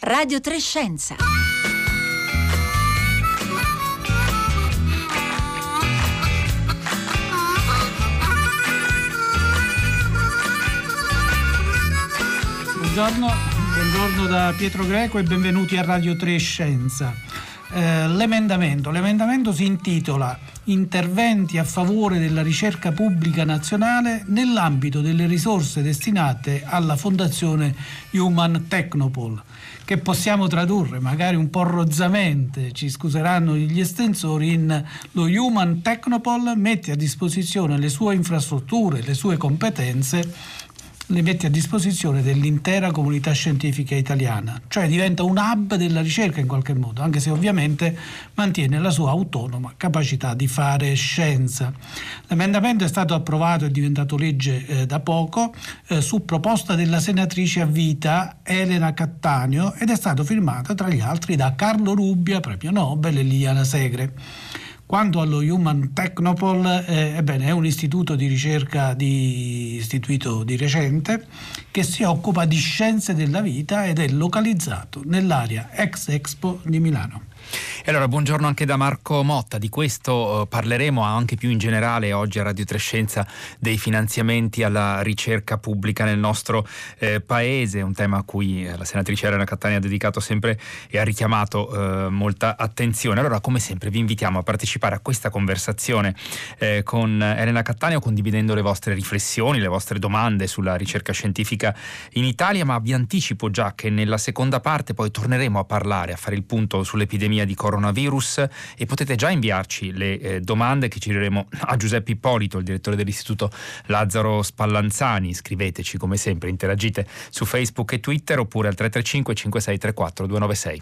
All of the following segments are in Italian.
Radio 3 Scienza. Buongiorno da Pietro Greco e benvenuti a Radio 3 Scienza. L'emendamento si intitola Interventi a favore della ricerca pubblica nazionale nell'ambito delle risorse destinate alla Fondazione Human Technopole, che possiamo tradurre magari un po' rozzamente, ci scuseranno gli estensori, in lo Human Technopole mette a disposizione le sue infrastrutture, le sue competenze, le mette a disposizione dell'intera comunità scientifica italiana, cioè diventa un hub della ricerca in qualche modo, anche se ovviamente mantiene la sua autonoma capacità di fare scienza. L'emendamento è stato approvato e diventato legge da poco su proposta della senatrice a vita Elena Cattaneo ed è stato firmato tra gli altri da Carlo Rubbia, premio Nobel, e Liliana Segre. Quanto allo Human Technopole, è un istituto di ricerca istituito di recente che si occupa di scienze della vita ed è localizzato nell'area ex Expo di Milano. E allora buongiorno anche da Marco Motta. Di questo parleremo anche più in generale oggi a Radio 3 Scienza, dei finanziamenti alla ricerca pubblica nel nostro paese, un tema a cui la senatrice Elena Cattaneo ha dedicato sempre e ha richiamato molta attenzione. Allora, come sempre vi invitiamo a partecipare a questa conversazione con Elena Cattaneo, condividendo le vostre riflessioni, le vostre domande sulla ricerca scientifica in Italia, ma vi anticipo già che nella seconda parte poi torneremo a parlare, a fare il punto sull'epidemia di coronavirus, e potete già inviarci le domande che gireremo a Giuseppe Ippolito, il direttore dell'Istituto Lazzaro Spallanzani. Scriveteci come sempre, interagite su Facebook e Twitter oppure al 335 5634 296.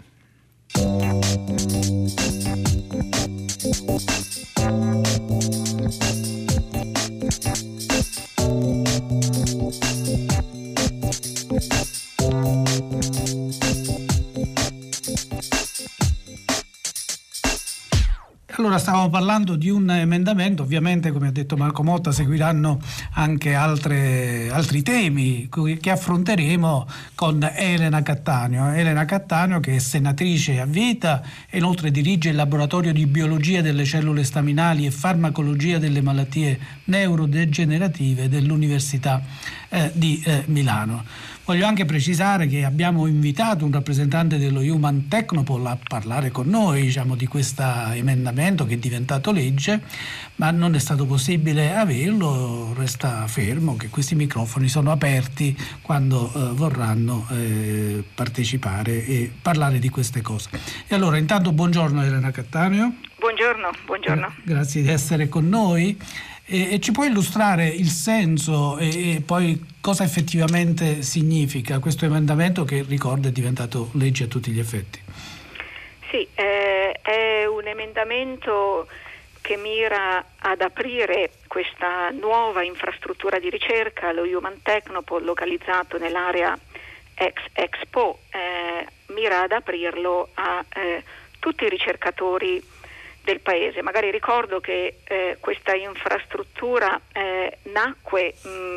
Allora, stavamo parlando di un emendamento, ovviamente come ha detto Marco Motta seguiranno anche altri temi che affronteremo con Elena Cattaneo che è senatrice a vita e inoltre dirige il laboratorio di biologia delle cellule staminali e farmacologia delle malattie neurodegenerative dell'Università di Milano. Voglio anche precisare che abbiamo invitato un rappresentante dello Human Technopole a parlare con noi, di questo emendamento che è diventato legge, ma non è stato possibile averlo. Resta fermo che questi microfoni sono aperti quando vorranno partecipare e parlare di queste cose. E allora, intanto buongiorno Elena Cattaneo. Buongiorno. Grazie di essere con noi. E ci puoi illustrare il senso e poi cosa effettivamente significa questo emendamento che, ricordo, è diventato legge a tutti gli effetti? Sì, è un emendamento che mira ad aprire questa nuova infrastruttura di ricerca, lo Human Technopole, localizzato nell'area ex Expo, mira ad aprirlo a tutti i ricercatori del paese. Magari ricordo che questa infrastruttura nacque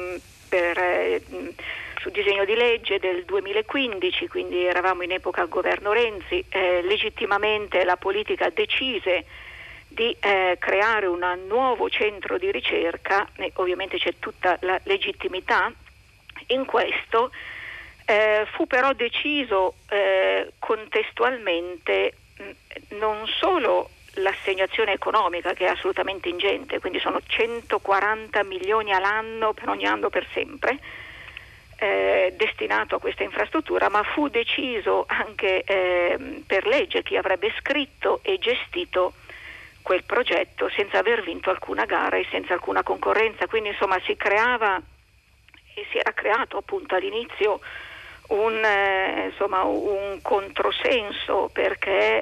su disegno di legge del 2015, quindi eravamo in epoca governo Renzi. Legittimamente la politica decise di creare un nuovo centro di ricerca, e ovviamente c'è tutta la legittimità in questo. Fu però deciso contestualmente non solo l'assegnazione economica, che è assolutamente ingente, quindi sono 140 milioni all'anno per ogni anno per sempre, destinato a questa infrastruttura, ma fu deciso anche per legge chi avrebbe scritto e gestito quel progetto senza aver vinto alcuna gara e senza alcuna concorrenza. Quindi insomma si era creato appunto all'inizio un controsenso, perché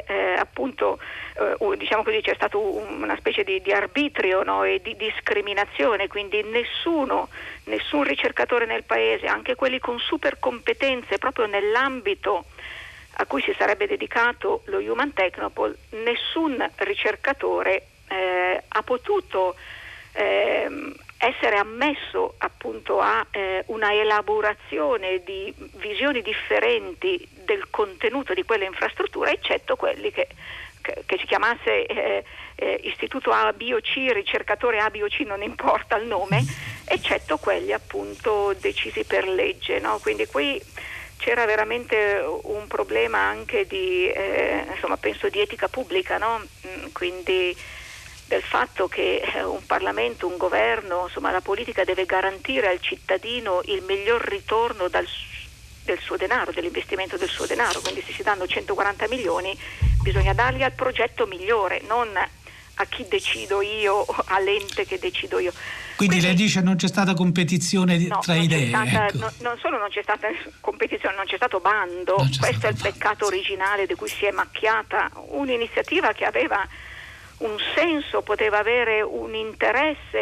c'è stato una specie di arbitrio, no? E di discriminazione, quindi nessun ricercatore nel paese, anche quelli con super competenze proprio nell'ambito a cui si sarebbe dedicato lo Human Technopole, nessun ricercatore ha potuto essere ammesso appunto a una elaborazione di visioni differenti del contenuto di quelle infrastrutture, eccetto quelli che si chiamasse Istituto A, B o C, ricercatore A, B o C, non importa il nome, eccetto quelli appunto decisi per legge, no? Quindi qui c'era veramente un problema anche di, penso di etica pubblica, no? Quindi del fatto che un Parlamento, un governo, la politica deve garantire al cittadino il miglior ritorno del suo denaro, dell'investimento del suo denaro. Quindi se si danno 140 milioni bisogna darli al progetto migliore, non a chi decido io, all'ente che decido io. Quindi lei dice non c'è stata competizione tra idee. Non solo non c'è stata competizione, non c'è stato bando. Questo è il peccato originale di cui si è macchiata un'iniziativa che aveva un senso, poteva avere un interesse,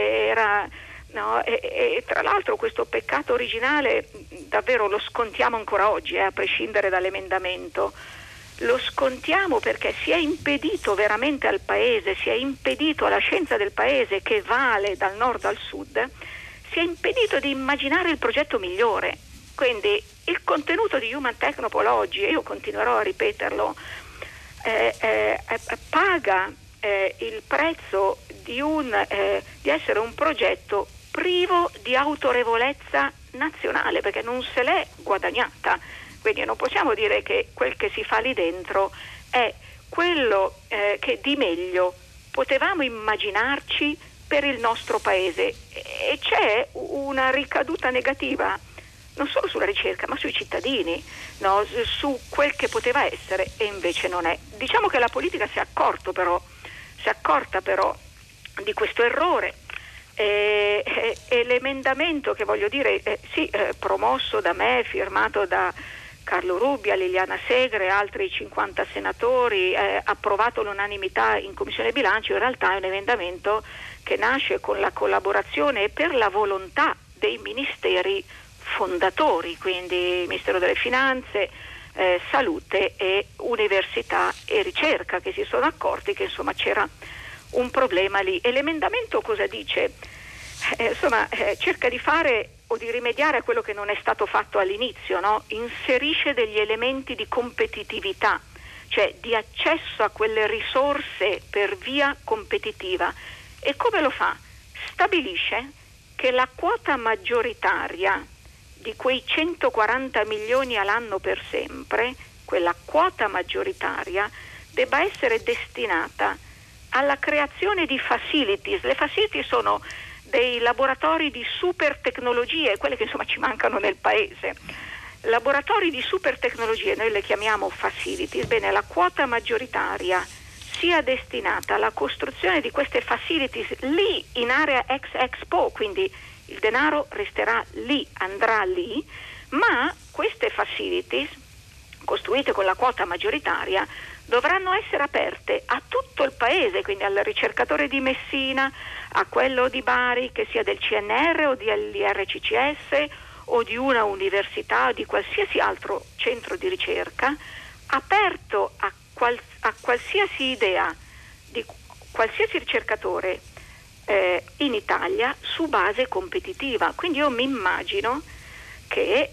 e tra l'altro questo peccato originale davvero lo scontiamo ancora oggi, a prescindere dall'emendamento. Lo scontiamo perché si è impedito veramente al Paese, si è impedito alla scienza del Paese, che vale dal nord al sud, si è impedito di immaginare il progetto migliore. Quindi il contenuto di Human Technopole oggi, e io continuerò a ripeterlo, paga il prezzo di essere un progetto privo di autorevolezza nazionale, perché non se l'è guadagnata. Quindi non possiamo dire che quel che si fa lì dentro è quello che di meglio potevamo immaginarci per il nostro Paese, e c'è una ricaduta negativa non solo sulla ricerca ma sui cittadini, no? Su quel che poteva essere e invece non è. Diciamo che la politica si è accorta però di questo errore, e l'emendamento che promosso da me, firmato da Carlo Rubbia, Liliana Segre, altri 50 senatori, approvato all'unanimità in Commissione Bilancio, in realtà è un emendamento che nasce con la collaborazione e per la volontà dei ministeri fondatori, quindi Ministero delle Finanze, Salute e Università e Ricerca, che si sono accorti che c'era un problema lì. E l'emendamento cosa dice? Cerca di fare o di rimediare a quello che non è stato fatto all'inizio, no? Inserisce degli elementi di competitività, cioè di accesso a quelle risorse per via competitiva. E come lo fa? Stabilisce che la quota maggioritaria di quei 140 milioni all'anno per sempre, quella quota maggioritaria, debba essere destinata alla creazione di facilities. Le facilities sono dei laboratori di super tecnologie, quelle che ci mancano nel Paese. Laboratori di super tecnologie, noi le chiamiamo facilities. Bene, la quota maggioritaria sia destinata alla costruzione di queste facilities lì in area ex Expo, quindi il denaro resterà lì, andrà lì, ma queste facilities costruite con la quota maggioritaria dovranno essere aperte a tutto il Paese, quindi al ricercatore di Messina, a quello di Bari, che sia del CNR o dell'IRCCS o di una università o di qualsiasi altro centro di ricerca, aperto a qualsiasi idea di qualsiasi ricercatore in Italia su base competitiva. Quindi io mi immagino che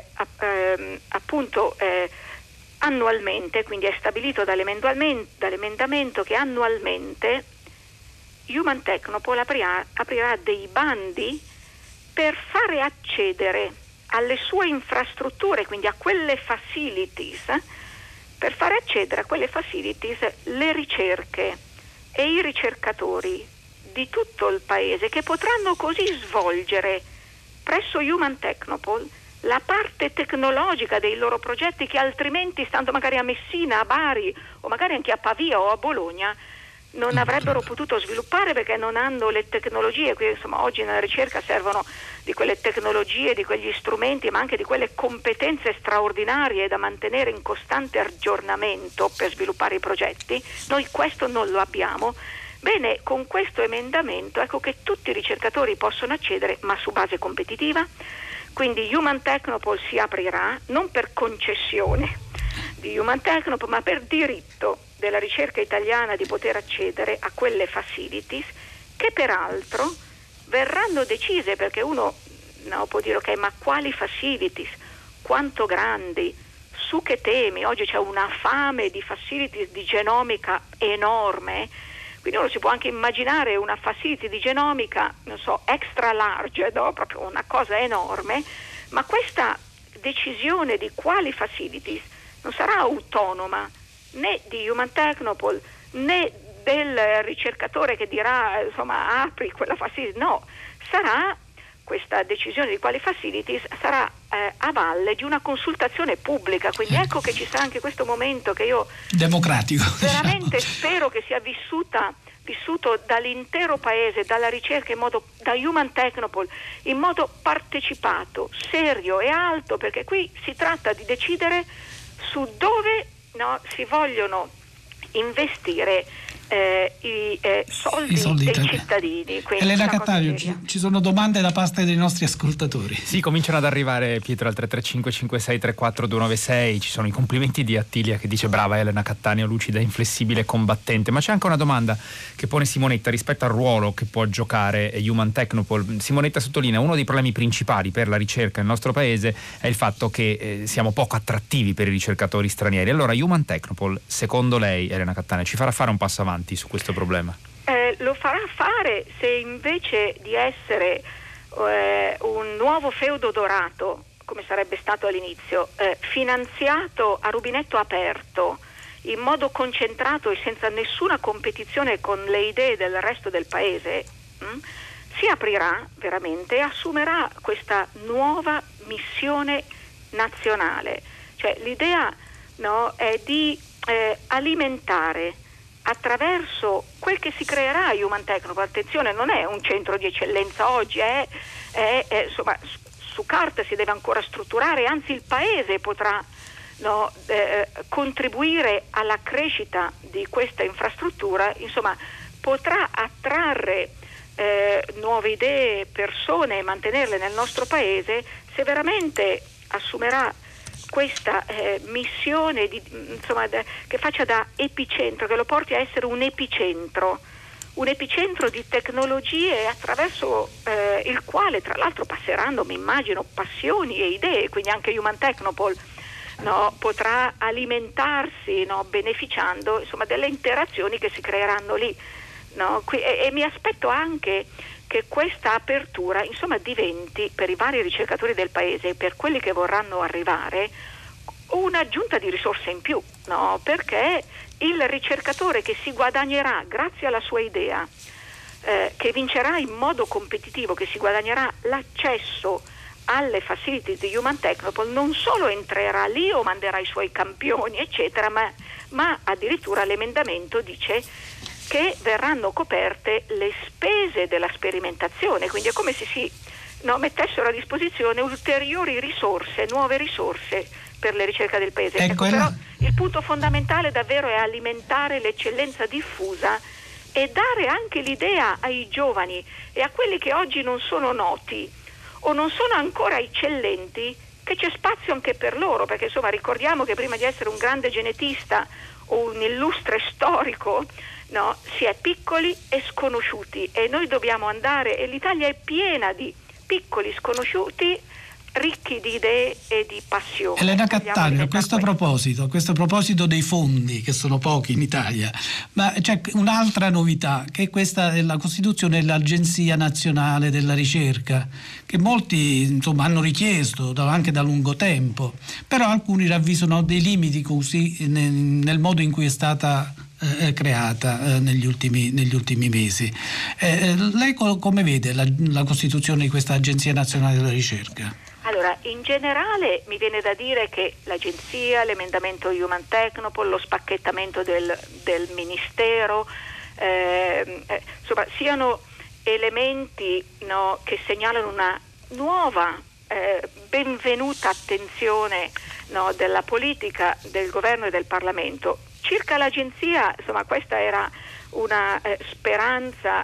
annualmente, quindi è stabilito dall'emendamento che annualmente Human Technopole aprirà dei bandi per fare accedere alle sue infrastrutture, quindi a quelle facilities, per fare accedere a quelle facilities le ricerche e i ricercatori di tutto il Paese, che potranno così svolgere presso Human Technopole la parte tecnologica dei loro progetti che altrimenti, stando magari a Messina, a Bari o magari anche a Pavia o a Bologna, non avrebbero potuto sviluppare, perché non hanno le tecnologie. Quindi, oggi nella ricerca servono di quelle tecnologie, di quegli strumenti, ma anche di quelle competenze straordinarie da mantenere in costante aggiornamento per sviluppare i progetti. Noi questo non lo abbiamo. Bene, con questo emendamento ecco che tutti i ricercatori possono accedere, ma su base competitiva. Quindi Human Technopole si aprirà non per concessione di Human Technopole, ma per diritto della ricerca italiana di poter accedere a quelle facilities, che peraltro verranno decise, perché uno può dire ok, ma quali facilities, quanto grandi, su che temi? Oggi c'è una fame di facilities di genomica enorme, quindi uno si può anche immaginare una facility di genomica, non so, extra large, no? Proprio una cosa enorme, ma questa decisione di quali facilities non sarà autonoma né di Human Technopole né del ricercatore che dirà insomma apri quella facility, no, sarà questa decisione di quali facilities sarà a valle di una consultazione pubblica, quindi ecco che ci sarà anche questo momento che io democratico veramente spero che sia vissuto dall'intero paese, dalla ricerca da Human Technopole in modo partecipato, serio e alto, perché qui si tratta di decidere su dove si vogliono investire i soldi dei cittadini. Elena Cattaneo, ci sono domande da parte dei nostri ascoltatori. Sì, cominciano ad arrivare, Pietro, al 335 56 34 296. Ci sono i complimenti di Attilia che dice brava Elena Cattaneo, lucida, inflessibile, combattente. Ma c'è anche una domanda che pone Simonetta rispetto al ruolo che può giocare Human Technopole. Simonetta sottolinea uno dei problemi principali per la ricerca nel nostro paese è il fatto che siamo poco attrattivi per i ricercatori stranieri. Allora Human Technopole, secondo lei, Elena Cattaneo, ci farà fare un passo avanti su questo problema? Lo farà fare se invece di essere un nuovo feudo dorato, come sarebbe stato all'inizio, finanziato a rubinetto aperto, in modo concentrato e senza nessuna competizione con le idee del resto del paese, si aprirà veramente e assumerà questa nuova missione nazionale. Cioè l'idea è di alimentare attraverso quel che si creerà Human Technopole. Attenzione, non è un centro di eccellenza oggi, insomma, su carta si deve ancora strutturare, anzi il paese potrà contribuire alla crescita di questa infrastruttura, insomma potrà attrarre nuove idee, persone e mantenerle nel nostro paese se veramente assumerà questa missione che faccia da epicentro, che lo porti a essere un epicentro di tecnologie attraverso il quale tra l'altro passeranno, mi immagino, passioni e idee, quindi anche Human Technopole potrà alimentarsi beneficiando insomma delle interazioni che si creeranno lì. E mi aspetto anche che questa apertura insomma diventi per i vari ricercatori del paese e per quelli che vorranno arrivare un'aggiunta di risorse in più, perché il ricercatore che si guadagnerà grazie alla sua idea, che vincerà in modo competitivo, che si guadagnerà l'accesso alle facility di Human Technopole, non solo entrerà lì o manderà i suoi campioni eccetera, ma addirittura l'emendamento dice che verranno coperte le spese della sperimentazione, quindi è come se si mettessero a disposizione ulteriori risorse, nuove risorse per le ricerche del paese. Però il punto fondamentale davvero è alimentare l'eccellenza diffusa e dare anche l'idea ai giovani e a quelli che oggi non sono noti o non sono ancora eccellenti che c'è spazio anche per loro, perché insomma ricordiamo che prima di essere un grande genetista o un illustre storico si è piccoli e sconosciuti, e noi dobbiamo andare, e l'Italia è piena di piccoli sconosciuti ricchi di idee e di passione. Elena Cattaneo, a questo proposito dei fondi, che sono pochi in Italia, ma c'è un'altra novità, che è questa della costituzione dell'Agenzia Nazionale della Ricerca, che molti insomma hanno richiesto anche da lungo tempo, però alcuni ravvisano dei limiti così nel modo in cui è stata creata negli ultimi mesi. Lei come vede la costituzione di questa Agenzia Nazionale della Ricerca? Allora, in generale mi viene da dire che l'agenzia, l'emendamento Human Technopole, lo spacchettamento del ministero, insomma, siano elementi che segnalano una nuova benvenuta attenzione della politica, del governo e del Parlamento. Circa l'agenzia, insomma, questa era una speranza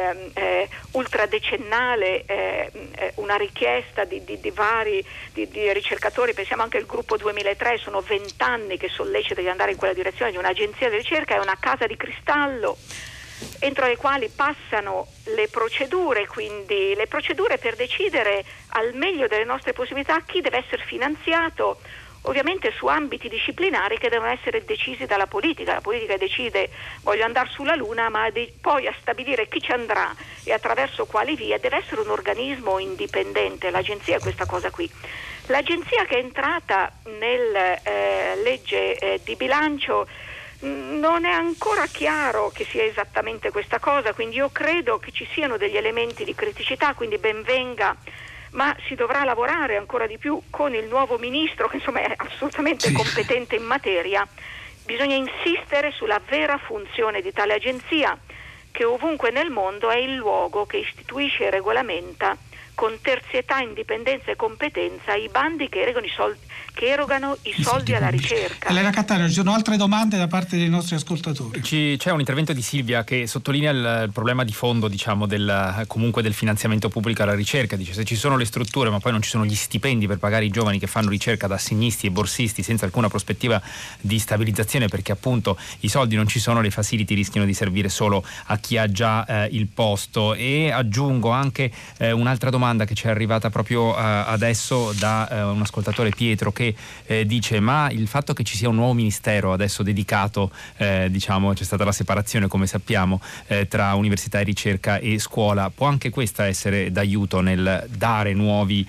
ultradecennale, una richiesta di vari ricercatori. Pensiamo anche al gruppo 2003, sono 20 anni che sollecita di andare in quella direzione di un'agenzia di ricerca, è una casa di cristallo, entro le quali passano le procedure, quindi le procedure per decidere al meglio delle nostre possibilità chi deve essere finanziato, ovviamente su ambiti disciplinari che devono essere decisi dalla politica. La politica decide voglio andare sulla Luna, ma poi a stabilire chi ci andrà e attraverso quali vie deve essere un organismo indipendente. L'agenzia è questa cosa qui. L'agenzia che è entrata nel legge di bilancio non è ancora chiaro che sia esattamente questa cosa, quindi io credo che ci siano degli elementi di criticità, quindi ben venga, ma si dovrà lavorare ancora di più con il nuovo ministro che insomma è assolutamente competente in materia. Bisogna insistere sulla vera funzione di tale agenzia, che ovunque nel mondo è il luogo che istituisce e regolamenta con terzietà, indipendenza e competenza i bandi che erogano i soldi alla ricerca. Elena Cattaneo, ci sono altre domande da parte dei nostri ascoltatori. C'è un intervento di Silvia che sottolinea il problema di fondo, diciamo, comunque del finanziamento pubblico alla ricerca. Dice: se ci sono le strutture ma poi non ci sono gli stipendi per pagare i giovani che fanno ricerca da assegnisti e borsisti senza alcuna prospettiva di stabilizzazione, perché appunto i soldi non ci sono, le facility rischiano di servire solo a chi ha già il posto. E aggiungo anche un'altra domanda che ci è arrivata proprio adesso da un ascoltatore, Pietro, che dice: ma il fatto che ci sia un nuovo ministero adesso dedicato, diciamo c'è stata la separazione come sappiamo tra università e ricerca e scuola, può anche questa essere d'aiuto nel dare nuovi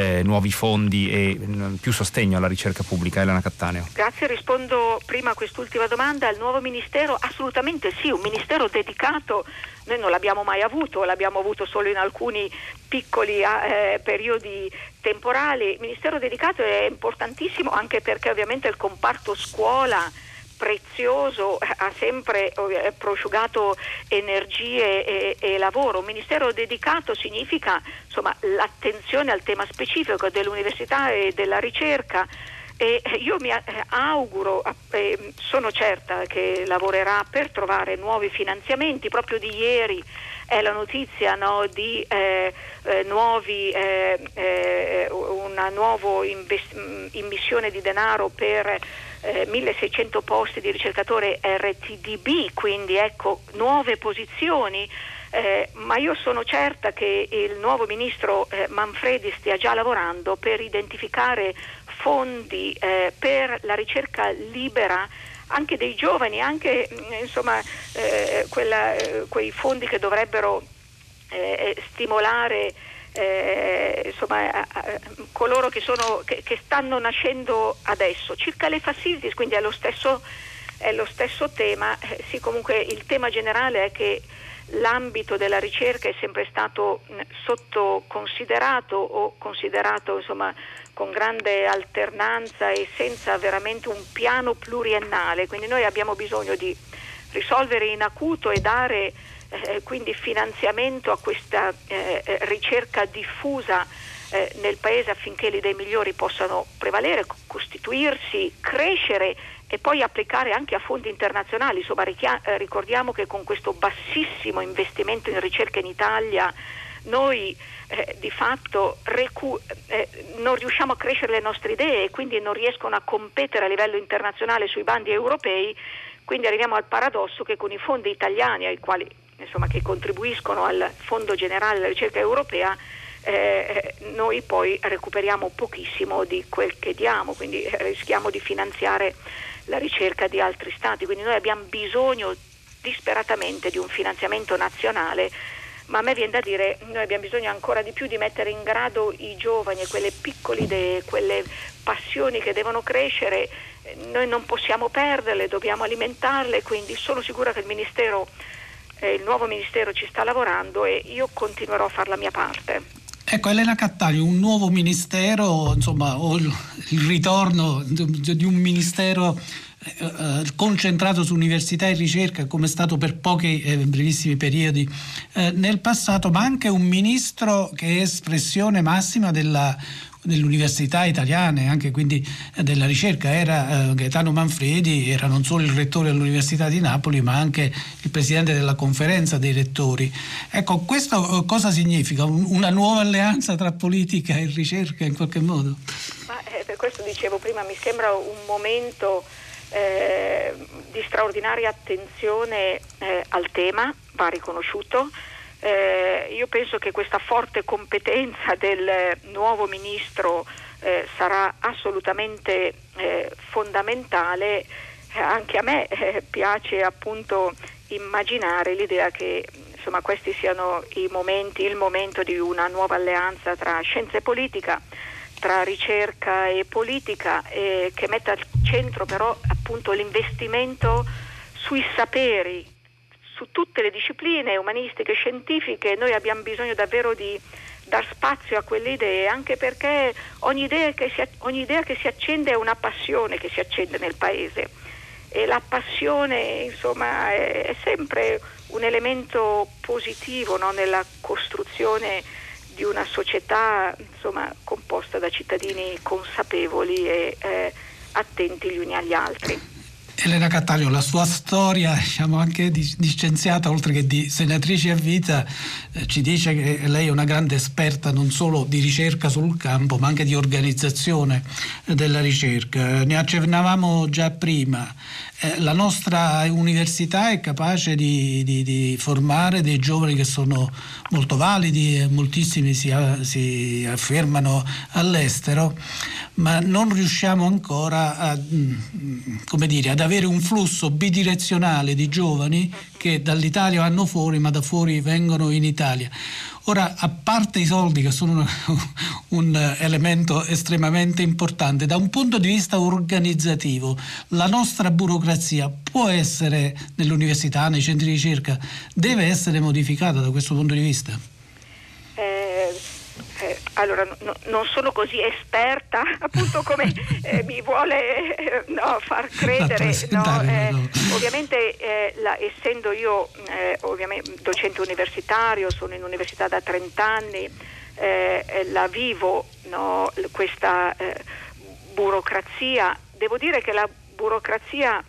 fondi e più sostegno alla ricerca pubblica? Elena Cattaneo. Grazie, rispondo prima a quest'ultima domanda. Il nuovo ministero assolutamente sì, un ministero dedicato noi non l'abbiamo mai avuto, l'abbiamo avuto solo in alcuni piccoli periodi temporali. Il ministero dedicato è importantissimo anche perché ovviamente il comparto scuola prezioso ha sempre prosciugato energie e lavoro. Un ministero dedicato significa insomma l'attenzione al tema specifico dell'università e della ricerca. E io mi auguro, sono certa che lavorerà per trovare nuovi finanziamenti. Proprio di ieri è la notizia, no, di una nuova immissione di denaro per 1600 posti di ricercatore RTDB, quindi ecco nuove posizioni. Ma io sono certa che il nuovo ministro Manfredi stia già lavorando per identificare fondi per la ricerca libera anche dei giovani, anche insomma quei fondi che dovrebbero stimolare insomma coloro che stanno nascendo adesso. Circa le facilities, quindi è lo stesso tema. Sì, comunque il tema generale è che l'ambito della ricerca è sempre stato sottoconsiderato o considerato insomma con grande alternanza e senza veramente un piano pluriennale, quindi noi abbiamo bisogno di risolvere in acuto e dare quindi finanziamento a questa ricerca diffusa nel Paese affinché le idee migliori possano prevalere, costituirsi, crescere e poi applicare anche a fondi internazionali. Insomma, ricordiamo che con questo bassissimo investimento in ricerca in Italia noi di fatto non riusciamo a crescere le nostre idee e quindi non riescono a competere a livello internazionale sui bandi europei, quindi arriviamo al paradosso che con i fondi italiani ai quali insomma che contribuiscono al Fondo Generale della Ricerca Europea noi poi recuperiamo pochissimo di quel che diamo, quindi rischiamo di finanziare la ricerca di altri stati. Quindi noi abbiamo bisogno disperatamente di un finanziamento nazionale, ma a me viene da dire noi abbiamo bisogno ancora di più di mettere in grado i giovani e quelle piccole idee, quelle passioni che devono crescere. Noi non possiamo perderle, dobbiamo alimentarle, quindi sono sicura che il nuovo ministero ci sta lavorando e io continuerò a fare la mia parte. Ecco, Elena Cattaneo, un nuovo ministero, insomma, o il ritorno di un ministero concentrato su università e ricerca come è stato per pochi brevissimi periodi nel passato, ma anche un ministro che è espressione massima dell'università italiane, anche quindi della ricerca. Era Gaetano Manfredi, era non solo il rettore dell'Università di Napoli ma anche il presidente della conferenza dei rettori. Ecco, questo cosa significa? Una nuova alleanza tra politica e ricerca in qualche modo? Ma, per questo dicevo prima, mi sembra un momento di straordinaria attenzione al tema, va riconosciuto. Io penso che questa forte competenza del nuovo ministro sarà assolutamente fondamentale. Anche a me piace appunto immaginare l'idea che insomma questi siano il momento di una nuova alleanza tra scienza e politica, tra ricerca e politica, che metta al centro però appunto l'investimento sui saperi, su tutte le discipline umanistiche e scientifiche. Noi abbiamo bisogno davvero di dar spazio a quelle idee, anche perché ogni idea che si accende è una passione che si accende nel paese, e la passione insomma è sempre un elemento positivo, no? Nella costruzione di una società insomma composta da cittadini consapevoli e attenti gli uni agli altri. Elena Cattaneo, la sua storia, diciamo anche di scienziata oltre che di senatrice a vita, ci dice che lei è una grande esperta non solo di ricerca sul campo ma anche di organizzazione della ricerca. Ne accennavamo già prima. La nostra università è capace di formare dei giovani che sono molto validi e moltissimi si affermano all'estero, ma non riusciamo ancora ad avere un flusso bidirezionale di giovani che dall'Italia vanno fuori, ma da fuori vengono in Italia. Ora, a parte i soldi, che sono un elemento estremamente importante, da un punto di vista organizzativo, la nostra burocrazia può essere, nell'università, nei centri di ricerca, deve essere modificata da questo punto di vista? Allora, non sono così esperta, appunto, come mi vuole far credere. Ovviamente, essendo io ovviamente docente universitario, sono in università da 30 anni, la vivo, questa burocrazia. Devo dire che la burocrazia,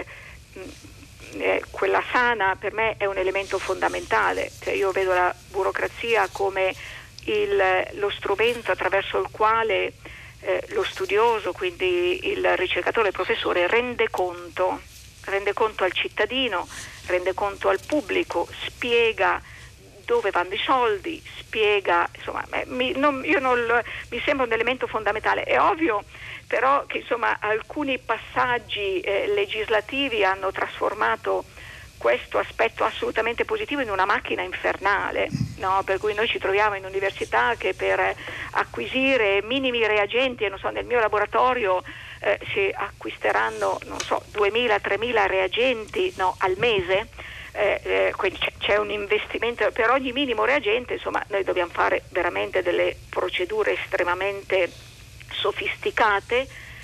quella sana, per me è un elemento fondamentale. Cioè, io vedo la burocrazia come lo strumento attraverso il quale lo studioso, quindi il ricercatore, il professore, rende conto al cittadino, rende conto al pubblico, spiega dove vanno i soldi, spiega, insomma, mi sembra un elemento fondamentale. È ovvio però che insomma alcuni passaggi legislativi hanno trasformato questo aspetto assolutamente positivo in una macchina infernale, no? Per cui noi ci troviamo in università che per acquisire minimi reagenti, e nel mio laboratorio si acquisteranno 2.000-3.000 reagenti al mese, quindi c'è un investimento per ogni minimo reagente. Insomma, noi dobbiamo fare veramente delle procedure estremamente sofisticate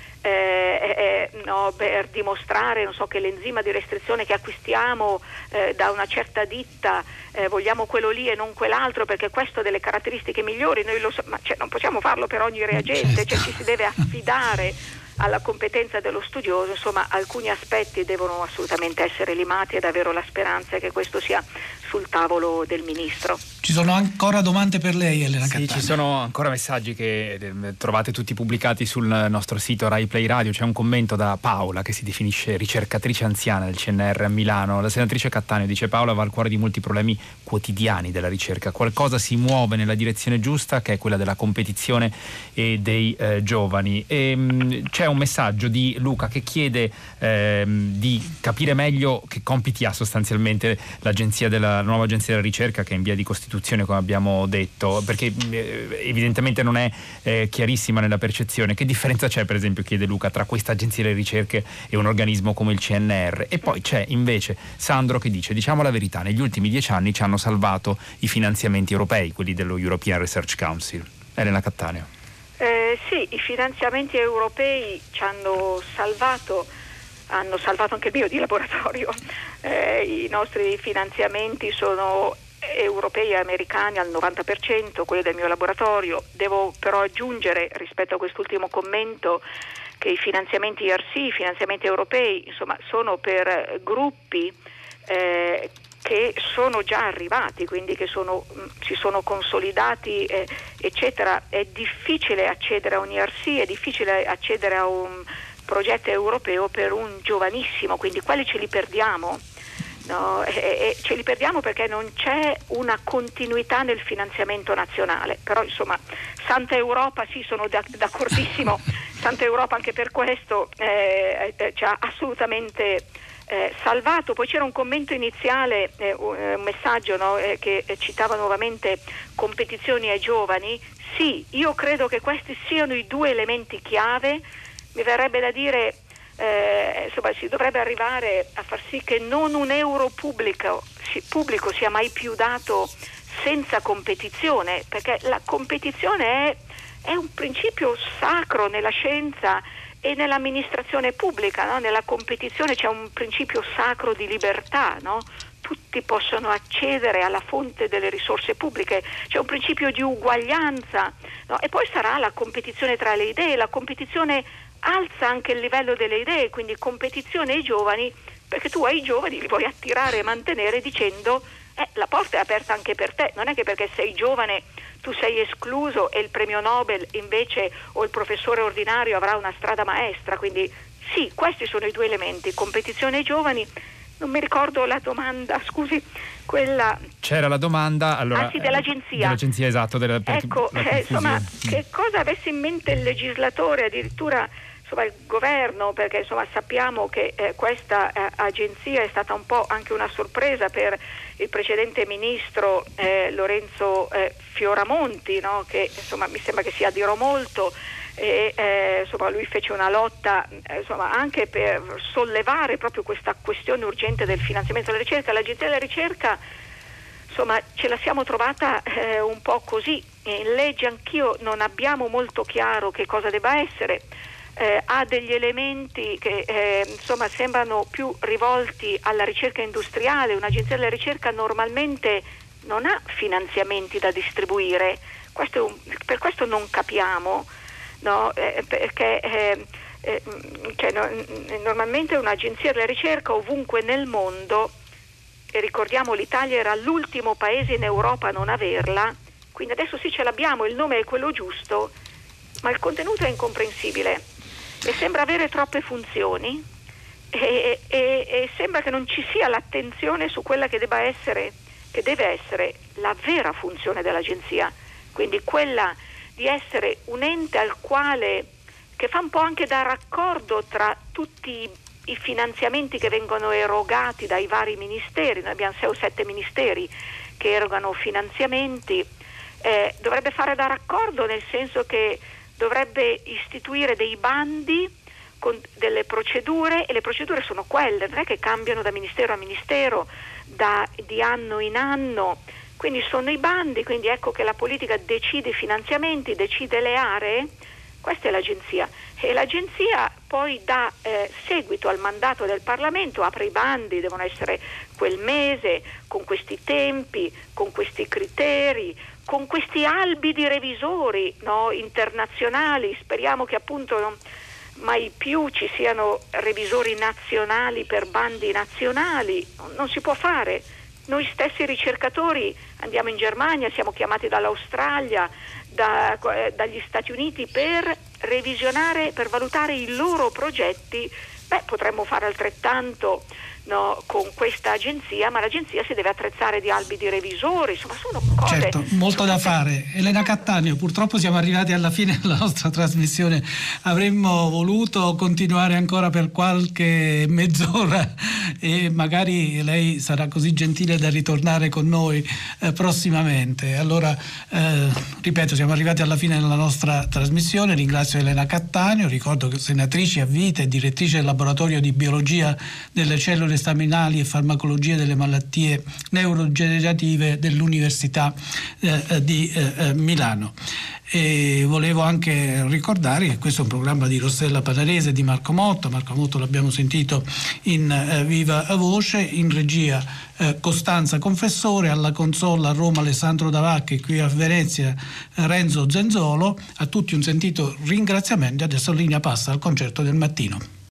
per dimostrare che l'enzima di restrizione che acquistiamo da una certa ditta vogliamo quello lì e non quell'altro perché questo ha delle caratteristiche migliori. Noi ma non possiamo farlo per ogni reagente, ci si deve affidare alla competenza dello studioso. Insomma, alcuni aspetti devono assolutamente essere limati, ed avevo la speranza che questo sia sul tavolo del ministro. Ci sono ancora domande per lei, Elena Cattaneo? Sì, ci sono ancora messaggi che trovate tutti pubblicati sul nostro sito Rai Play Radio. C'è un commento da Paola, che si definisce ricercatrice anziana del CNR a Milano. La senatrice Cattaneo dice: Paola va al cuore di molti problemi quotidiani della ricerca. Qualcosa si muove nella direzione giusta, che è quella della competizione e dei giovani. E, c'è un messaggio di Luca che chiede di capire meglio che compiti ha sostanzialmente la nuova agenzia della ricerca, che è in via di costituzione, come abbiamo detto, perché evidentemente non è chiarissima nella percezione. Che differenza c'è, per esempio, chiede Luca, tra questa agenzia delle ricerche e un organismo come il CNR? E poi c'è invece Sandro che dice: diciamo la verità, negli ultimi 10 anni ci hanno salvato i finanziamenti europei, quelli dello European Research Council. Elena Cattaneo. Sì, i finanziamenti europei ci hanno salvato anche il mio di laboratorio. I nostri finanziamenti sono europei e americani al 90%, quelli del mio laboratorio. Devo però aggiungere, rispetto a quest'ultimo commento, che i finanziamenti ERC, i finanziamenti europei, insomma, sono per gruppi che sono già arrivati, quindi che si sono consolidati, eccetera. È difficile accedere a un ERC, è difficile accedere a un progetto europeo per un giovanissimo, quindi quelli ce li perdiamo. no? E ce li perdiamo perché non c'è una continuità nel finanziamento nazionale. Però insomma, Santa Europa, sì, sono d'accordissimo, Santa Europa anche per questo ci ha assolutamente salvato. Poi c'era un commento iniziale, un messaggio, no, che citava nuovamente competizioni ai giovani. Sì, io credo che questi siano i due elementi chiave. Mi verrebbe da dire, insomma, si dovrebbe arrivare a far sì che non un euro pubblico sia mai più dato senza competizione, perché la competizione è un principio sacro nella scienza e nell'amministrazione pubblica, no? Nella competizione c'è un principio sacro di libertà, no? Tutti possono accedere alla fonte delle risorse pubbliche, c'è un principio di uguaglianza, no? E poi sarà la competizione tra le idee, la competizione alza anche il livello delle idee, quindi competizione ai giovani, perché tu ai giovani li vuoi attirare e mantenere dicendo la porta è aperta anche per te, non è che perché sei giovane tu sei escluso e il premio Nobel invece o il professore ordinario avrà una strada maestra. Quindi sì, questi sono i due elementi, competizione ai giovani. Non mi ricordo la domanda, scusi, quella... C'era la domanda, allora... sì, dell'agenzia. Dell'agenzia, esatto. Ecco, insomma, che cosa avesse in mente il legislatore, addirittura insomma il governo, perché insomma sappiamo che questa agenzia è stata un po' anche una sorpresa per il precedente ministro Lorenzo Fioramonti, no? Che insomma mi sembra che si adirò molto. Insomma lui fece una lotta insomma anche per sollevare proprio questa questione urgente del finanziamento della ricerca. L'agenzia della ricerca insomma ce la siamo trovata un po' così, in legge anch'io non abbiamo molto chiaro che cosa debba essere, ha degli elementi che insomma sembrano più rivolti alla ricerca industriale. Un'agenzia della ricerca normalmente non ha finanziamenti da distribuire, per questo non capiamo. No, perché normalmente un'agenzia della ricerca ovunque nel mondo, e ricordiamo l'Italia era l'ultimo paese in Europa a non averla, quindi adesso sì ce l'abbiamo, il nome è quello giusto, ma il contenuto è incomprensibile e sembra avere troppe funzioni e sembra che non ci sia l'attenzione su quella che deve essere la vera funzione dell'agenzia, quindi quella di essere un ente che fa un po' anche da raccordo tra tutti i finanziamenti che vengono erogati dai vari ministeri. Noi abbiamo 6 o 7 ministeri che erogano finanziamenti, dovrebbe fare da raccordo, nel senso che dovrebbe istituire dei bandi con delle procedure, e le procedure sono quelle, non è che cambiano da ministero a ministero, di anno in anno. Quindi sono i bandi, quindi ecco che la politica decide i finanziamenti, decide le aree, questa è l'agenzia. E l'agenzia poi dà seguito al mandato del Parlamento, apre i bandi, devono essere quel mese, con questi tempi, con questi criteri, con questi albi di revisori, no, internazionali. Speriamo che appunto mai più ci siano revisori nazionali per bandi nazionali, non si può fare. Noi stessi ricercatori andiamo in Germania, siamo chiamati dall'Australia, dagli Stati Uniti per revisionare, per valutare i loro progetti. Potremmo fare altrettanto, no, con questa agenzia, ma l'agenzia si deve attrezzare di albi di revisori, insomma sono cose... Certo, molto da fare. Elena Cattaneo, purtroppo siamo arrivati alla fine della nostra trasmissione, avremmo voluto continuare ancora per qualche mezz'ora e magari lei sarà così gentile da ritornare con noi prossimamente. Allora, ripeto, siamo arrivati alla fine della nostra trasmissione, ringrazio Elena Cattaneo, ricordo che senatrice a vita e direttrice del laboratorio di biologia delle cellule staminali e farmacologia delle malattie neurodegenerative dell'Università di Milano. E volevo anche ricordare che questo è un programma di Rossella Panarese e di Marco Motta. Marco Motta l'abbiamo sentito in viva voce, in regia Costanza Confessore, alla console a Roma Alessandro Davacchi e qui a Venezia Renzo Zenzolo. A tutti un sentito ringraziamento. Adesso linea passa al concerto del mattino.